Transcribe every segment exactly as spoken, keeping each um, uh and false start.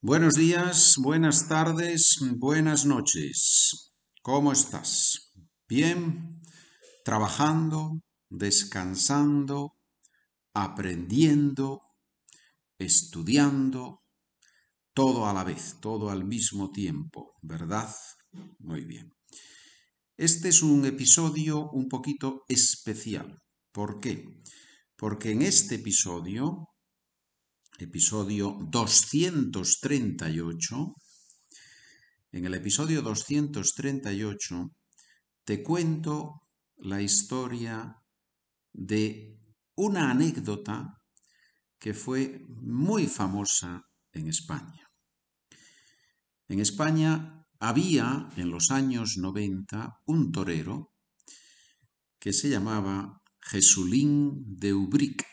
Buenos días, buenas tardes, buenas noches. ¿Cómo estás? ¿Bien? ¿Trabajando? ¿Descansando? ¿Aprendiendo? ¿Estudiando? Todo a la vez, todo al mismo tiempo, ¿verdad? Muy bien. Este es un episodio un poquito especial. ¿Por qué? Porque en este episodio, episodio doscientos treinta y ocho, en el episodio doscientos treinta y ocho te cuento la historia de una anécdota que fue muy famosa en España. En España había en los años noventa un torero que se llamaba Jesulín de Ubrique.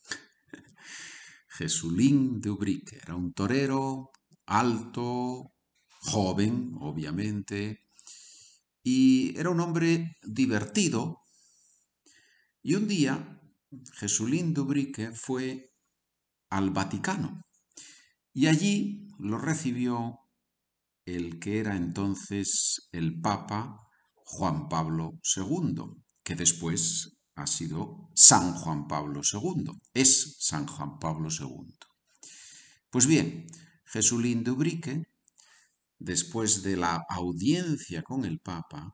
Jesulín de Ubrique era un torero alto, joven, obviamente, y era un hombre divertido. Y un día, Jesulín de Ubrique fue al Vaticano y allí lo recibió el que era entonces el Papa Juan Pablo segundo, que después ha sido San Juan Pablo segundo, es San Juan Pablo segundo. Pues bien, Jesulín de Ubrique, después de la audiencia con el Papa,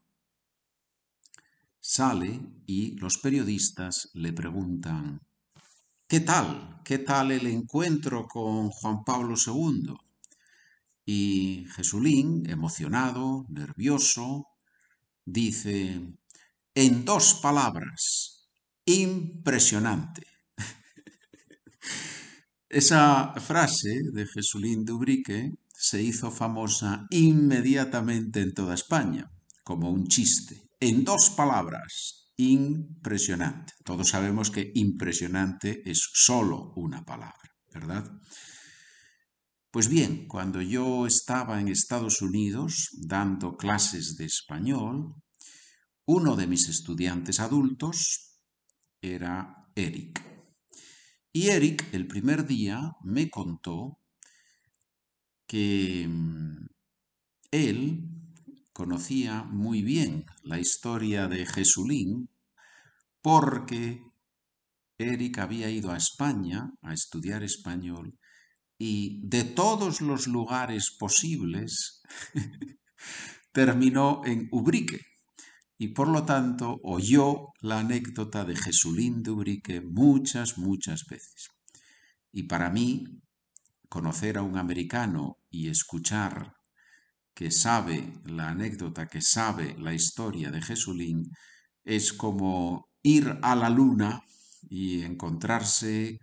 sale y los periodistas le preguntan: ¿Qué tal? ¿Qué tal el encuentro con Juan Pablo segundo? Y Jesulín, emocionado, nervioso, dice, en dos palabras, impresionante. Esa frase de Jesulín de Ubrique se hizo famosa inmediatamente en toda España, como un chiste. En dos palabras, impresionante. Todos sabemos que impresionante es solo una palabra, ¿verdad? Pues bien, cuando yo estaba en Estados Unidos dando clases de español, uno de mis estudiantes adultos era Eric. Y Eric, el primer día, me contó que mm, él conocía muy bien la historia de Jesulín porque Eric había ido a España a estudiar español y de todos los lugares posibles terminó en Ubrique. Y por lo tanto oyó la anécdota de Jesulín de Ubrique muchas, muchas veces. Y para mí, conocer a un americano y escuchar que sabe la anécdota, que sabe la historia de Jesulín, es como ir a la luna y encontrarse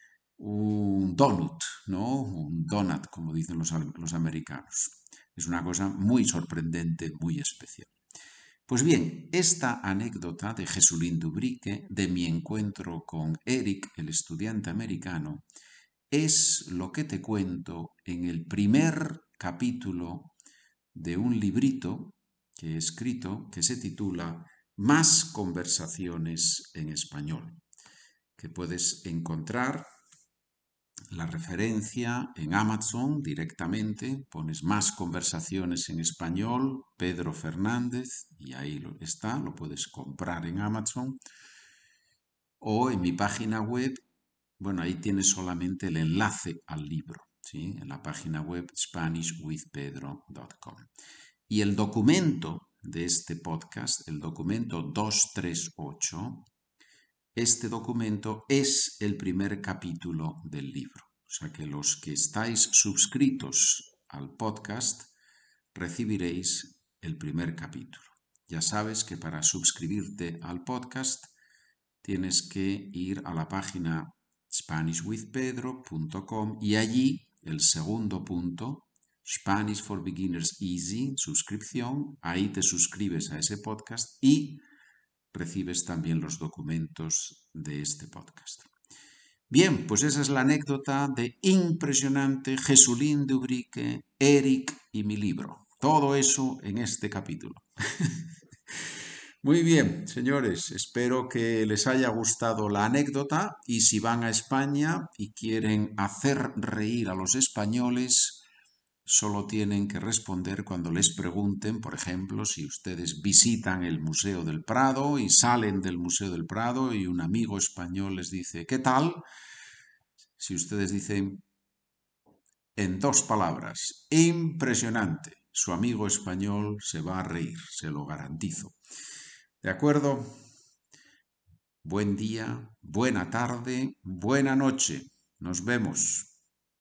un donut, ¿no? Un donut, como dicen los, los americanos. Es una cosa muy sorprendente, muy especial. Pues bien, esta anécdota de Jesulín de Ubrique, de mi encuentro con Eric, el estudiante americano, es lo que te cuento en el primer capítulo de un librito que he escrito que se titula Más conversaciones en español, que puedes encontrar la referencia en Amazon directamente, pones Más conversaciones en español, Pedro Fernández, y ahí está, lo puedes comprar en Amazon, o en mi página web. Bueno, ahí tienes solamente el enlace al libro, ¿sí? En la página web spanish with pedro punto com. Y el documento de este podcast, el documento doscientos treinta y ocho, este documento es el primer capítulo del libro. O sea que los que estáis suscritos al podcast recibiréis el primer capítulo. Ya sabes que para suscribirte al podcast tienes que ir a la página spanish with pedro punto com y allí el segundo punto, Spanish for Beginners Easy, suscripción, ahí te suscribes a ese podcast y recibes también los documentos de este podcast. Bien, pues esa es la anécdota de impresionante Jesulín de Ubrique, Eric y mi libro. Todo eso en este capítulo. Muy bien, señores, espero que les haya gustado la anécdota y si van a España y quieren hacer reír a los españoles, solo tienen que responder cuando les pregunten, por ejemplo, si ustedes visitan el Museo del Prado y salen del Museo del Prado y un amigo español les dice, ¿qué tal? Si ustedes dicen en dos palabras, impresionante, su amigo español se va a reír, se lo garantizo. ¿De acuerdo? Buen día, buena tarde, buena noche. Nos vemos.